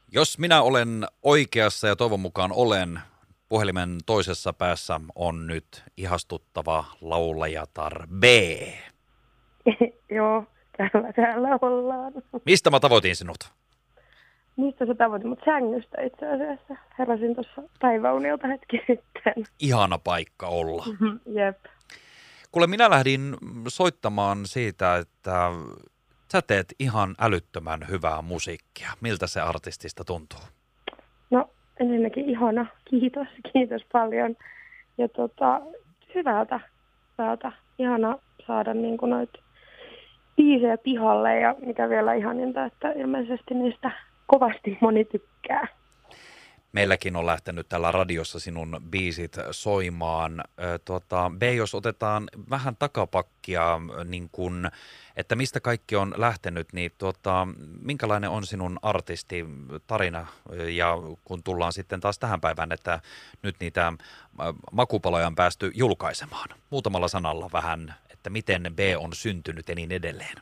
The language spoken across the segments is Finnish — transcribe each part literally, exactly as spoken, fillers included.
Jos minä olen oikeassa ja toivon mukaan olen, puhelimen toisessa päässä on nyt ihastuttava laulajatar B. Joo, täällä, täällä ollaan. Mistä mä tavoitin sinut? Mistä sä tavoitit mut sängystä itse asiassa? Heräsin tuossa päiväunilta hetki sitten. Ihana paikka olla. Jep. Kuule, minä lähdin soittamaan siitä, että sä teet ihan älyttömän hyvää musiikkia. Miltä se artistista tuntuu? No ensinnäkin ihana. Kiitos, kiitos paljon. Ja tota, hyvältä, hyvältä. Ihana saada niinku noita biisejä pihalle ja mikä vielä ihaninta, että ilmeisesti niistä kovasti moni tykkää. Meilläkin on lähtenyt täällä radiossa sinun biisit soimaan. Tuota, B, jos otetaan vähän takapakkia, niin kun, että mistä kaikki on lähtenyt, niin tuota, minkälainen on sinun artisti tarina? Ja kun tullaan sitten taas tähän päivään, että nyt niitä makupaloja on päästy julkaisemaan. Muutamalla sanalla vähän, että miten B on syntynyt ja niin edelleen.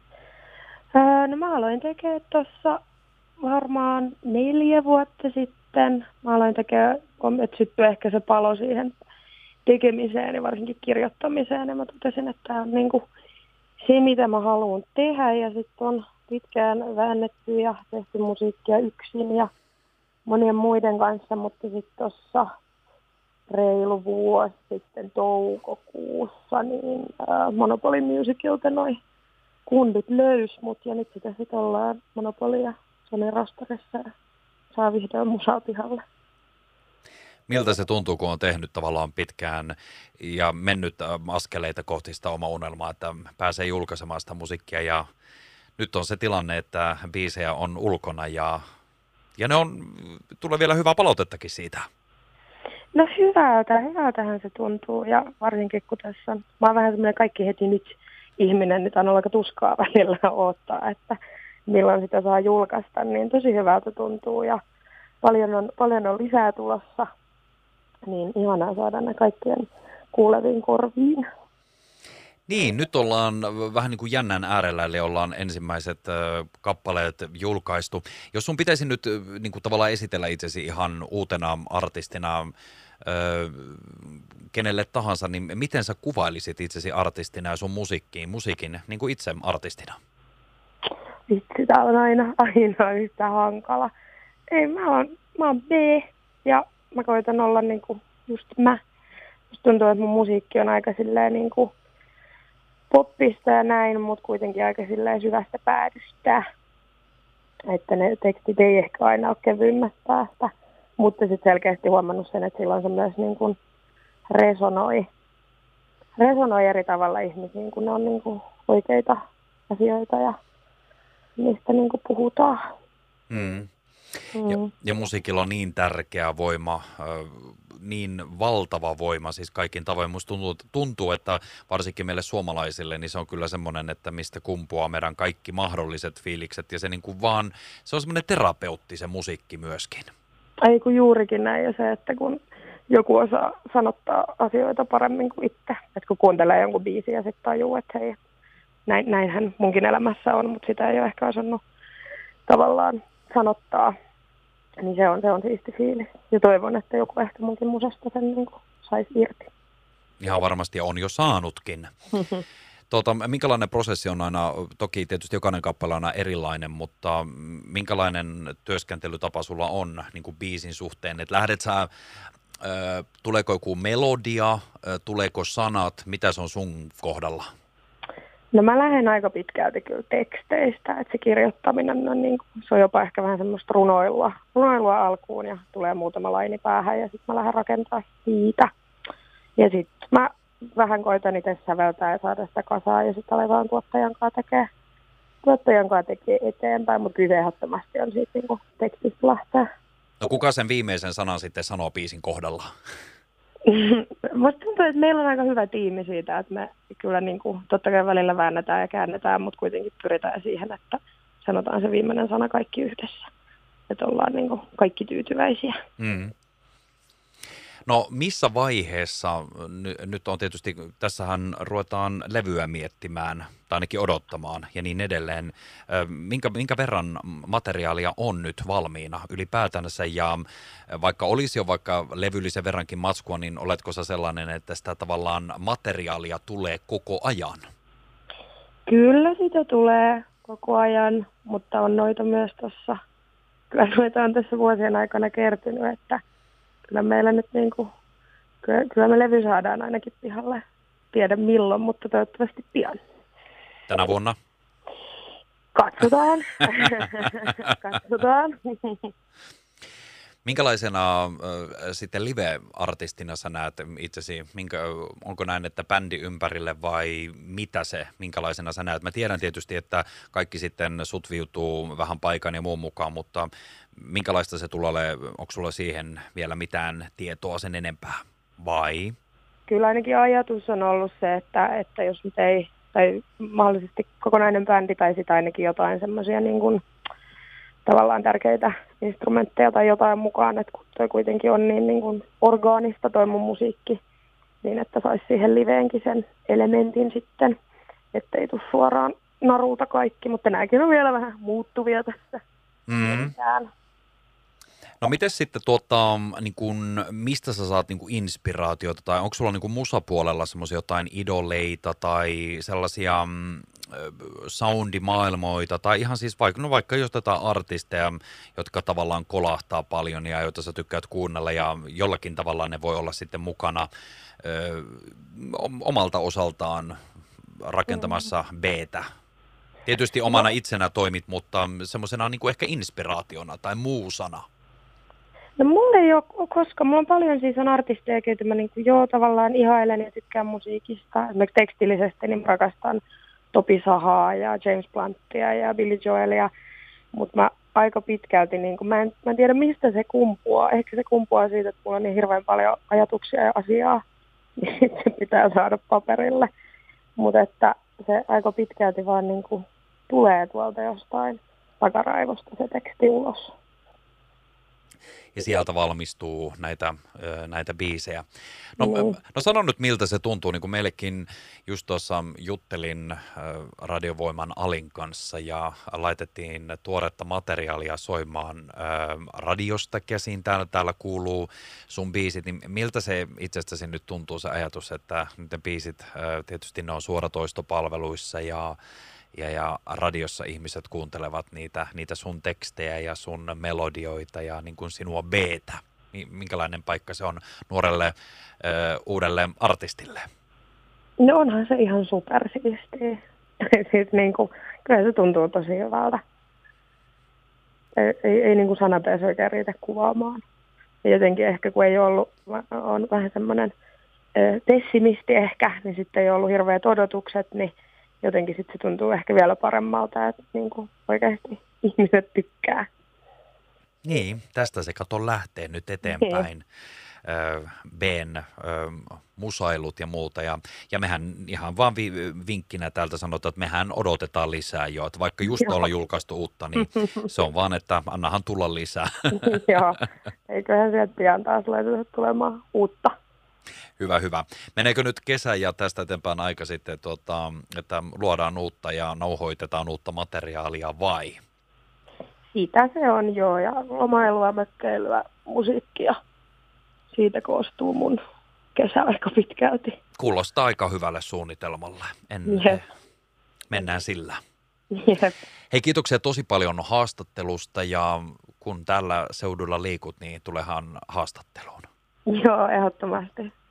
Öö, no mä aloin tekemään tuossa varmaan neljä vuotta sitten. Mä aloin tekemään, että syttyi ehkä se palo siihen tekemiseen ja varsinkin kirjoittamiseen. Ja mä totesin, että tämä on niin kuin se, mitä mä haluan tehdä. Ja sitten on pitkään väännetty ja tehty musiikkia yksin ja monien muiden kanssa. Mutta sitten tuossa reilu vuosi sitten toukokuussa, niin ää, Monopoly Musicilta noi kundit löys mut. Ja nyt sitä sitten ollaan Monopoly ja Sony Rastarissa ja saa vihdoin musaa pihalle. Miltä se tuntuu, kun on tehnyt tavallaan pitkään ja mennyt askeleita kohti sitä omaa unelmaa, että pääsee julkaisemaan sitä musiikkia ja nyt on se tilanne, että biisejä on ulkona ja, ja ne on, tulee vielä hyvää palautettakin siitä. No hyvältä, hyvältähän se tuntuu ja varsinkin kun tässä on, mä oon vähän semmoinen kaikki heti nyt ihminen, nyt on aika tuskaa välillä odottaa, että milloin sitä saa julkaista, niin tosi hyvältä tuntuu ja paljon on, paljon on lisää tulossa, niin ihanaa saada ne kaikkien kuuleviin korviin. Niin, nyt ollaan vähän niin kuin jännän äärellä, eli ollaan ensimmäiset äh, kappaleet julkaistu. Jos sun pitäisi nyt äh, niin kuin tavallaan esitellä itsesi ihan uutena artistina äh, kenelle tahansa, niin miten sä kuvailisit itsesi artistina ja sun musiikkiin, musiikin niin kuin itse artistina? Vitsi, tää on aina, aina yhtä hankala. Ei, mä oon, mä oon B ja mä koitan olla niinku just mä. Musta tuntuu, että mun musiikki on aika silleen niinku poppista ja näin, mutta kuitenkin aika silleen syvästä päädystä. Että ne tekstit ei ehkä aina ole kevyimmästä päästä. Mutta sitten selkeästi huomannut sen, että silloin se myös niinku resonoi. Resonoi eri tavalla ihmisiin, kun ne on niinku oikeita asioita ja mistä niin kuin puhutaan. Mm. Mm. Ja, ja musiikilla on niin tärkeä voima, niin valtava voima, siis kaikin tavoin. Musta tuntuu, tuntuu, että varsinkin meille suomalaisille, niin se on kyllä semmoinen, että mistä kumpuaa meidän kaikki mahdolliset fiilikset. Ja se, niin kuin vaan, se on semmoinen terapeutti se musiikki myöskin. Ei kun juurikin näin, ja se, että kun joku osaa sanottaa asioita paremmin kuin itse. Että kun kuuntelee jonkun biisin ja sitten tajuu, että hei, Näin, näinhän munkin elämässä on, mutta sitä ei ole ehkä osannut tavallaan sanottaa. Niin se on, se on siisti fiilis. Ja toivon, että joku ehkä munkin musasta sen niin kuin saisi irti. Ihan varmasti on jo saanutkin. Tuota, minkälainen prosessi on aina, toki tietysti jokainen kappale on aina erilainen, mutta minkälainen työskentelytapa sulla on niin kuin biisin suhteen? Et lähdet sä, äh, tuleeko joku melodia, äh, tuleeko sanat, mitä se on sun kohdalla? No mä lähden aika pitkälti kyllä teksteistä, että se kirjoittaminen on, niin kuin, se on jopa ehkä vähän semmoista runoilua, runoilua alkuun ja tulee muutama laini päähän ja sitten mä lähden rakentamaan siitä. Ja sitten mä vähän koitan itse säveltää ja saada sitä kasaan ja sitten aletaan tuottajan kanssa tekee, tuottajan kanssa tekee eteenpäin, mutta kyllä ehdottomasti on siitä niin kuin tekstistä lähtee. No kuka sen viimeisen sanan sitten sanoo biisin kohdalla? Musta tuntuu, että meillä on aika hyvä tiimi siitä, että me kyllä niin kuin, totta kai välillä väännetään ja käännetään, mutta kuitenkin pyritään siihen, että sanotaan se viimeinen sana kaikki yhdessä. Että ollaan niin kuin, kaikki tyytyväisiä. Mm. No missä vaiheessa, n- nyt on tietysti, tässähän ruvetaan levyä miettimään, tai ainakin odottamaan ja niin edelleen. Ö, Minkä, minkä verran materiaalia on nyt valmiina ylipäätänsä, ja vaikka olisi jo vaikka levyllisen verrankin matskua, niin oletko sä sellainen, että sitä tavallaan materiaalia tulee koko ajan? Kyllä sitä tulee koko ajan, mutta on noita myös tuossa, kyllä noita on tässä vuosien aikana kertynyt, että kyllä meillä nyt niin kuin, kyllä, kyllä me levy saadaan ainakin pihalle. Tiedä milloin, mutta toivottavasti pian. Tänä vuonna? Katsotaan. Katsotaan. Minkälaisena äh, sitten live-artistina sä näet itsesi? Minkä, onko näin, että bändi ympärille vai mitä se, minkälaisena sä näet? Mä tiedän tietysti, että kaikki sitten sut viutuu vähän paikan ja muun mukaan, mutta minkälaista se tulee, onko sulla siihen vielä mitään tietoa sen enempää vai? Kyllä ainakin ajatus on ollut se, että, että jos nyt ei, tai mahdollisesti kokonainen bändi tai sitten ainakin jotain semmoisia niin kuin tavallaan tärkeitä instrumentteja tai jotain mukaan, että kun toi kuitenkin on niin, niin kuin orgaanista toi mun musiikki, niin että saisi siihen liveenkin sen elementin sitten, ettei tule suoraan narulta kaikki, mutta nämäkin on vielä vähän muuttuvia tässä. Mm. No miten sitten tuota, niin kun, mistä sä saat niin kun inspiraatiota, tai onko sulla niin kun musapuolella semmoisia jotain idoleita tai sellaisia mm, soundimaailmoita, tai ihan siis vaikka, no vaikka jos jotain artisteja, jotka tavallaan kolahtaa paljon ja joita sä tykkäät kuunnella, ja jollakin tavalla ne voi olla sitten mukana ö, omalta osaltaan rakentamassa B:tä. Tietysti omana itsenä toimit, mutta semmoisena niin kuin ehkä inspiraationa tai muusana. No mulla ei ole, koska mulla on paljon siis on artisteja, joita mä niin kuin, joo tavallaan ihailen ja tykkään musiikista. Esimerkiksi tekstillisesti niin rakastan Topi Sahaa ja James Bluntia ja Billy Joelia, mutta mä aika pitkälti, niin kuin, mä, en, mä en tiedä mistä se kumpuaa. Ehkä se kumpuaa siitä, että mulla on niin hirveän paljon ajatuksia ja asiaa, niin se pitää saada paperille. Mutta että se aika pitkälti vaan niin kuin, tulee tuolta jostain takaraivosta se teksti ulos. Ja sieltä valmistuu näitä, näitä biisejä. No, mm. no sano nyt, miltä se tuntuu. Niin kuin meillekin just tuossa juttelin Radiovoiman Alin kanssa ja laitettiin tuoretta materiaalia soimaan radiosta käsin. Täällä, täällä kuuluu sun biisit. Niin miltä se itsestäsi nyt tuntuu se ajatus, että nyt ne biisit, tietysti ne on suoratoistopalveluissa ja Ja, ja radiossa ihmiset kuuntelevat niitä, niitä sun tekstejä ja sun melodioita ja niin kuin sinua B:tä. Minkälainen paikka se on nuorelle ö, uudelle artistille? No onhan se ihan supersiistiä. Siis niin kuin, kyllä se tuntuu tosi hyvältä. Ei, ei, ei niin kuin sanapeessa oikein riitä kuvaamaan. Ja jotenkin ehkä kun ei ollut, on vähän semmoinen ö, pessimisti ehkä, niin sitten ei ollut hirveät odotukset, niin jotenkin sitten se tuntuu ehkä vielä paremmalta, että niin kuin oikeasti ihmiset tykkää. Niin, tästä se kato lähtee nyt eteenpäin. B:n musailut ja muuta. Ja, ja mehän ihan vaan vi, vinkkinä täältä sanotaan, että mehän odotetaan lisää jo. Että vaikka just ollaan julkaistu uutta, niin se on vaan, että annahan tulla lisää. Joo, eiköhän sieltä pian taas laiteta tulemaan uutta. Hyvä, hyvä. Meneekö nyt kesä ja tästä eteenpäin aika sitten, tuota, että luodaan uutta ja nauhoitetaan uutta materiaalia vai? Sitä se on joo, ja lomailua, mökkeilyä, musiikkia. Siitä koostuu mun kesä aika pitkälti. Kuulostaa aika hyvälle suunnitelmalle. En, Jep. Mennään sillä. Jep. Hei, kiitoksia tosi paljon haastattelusta, ja kun tällä seudulla liikut, niin tulehan haastatteluun. Joo, ehdottomasti.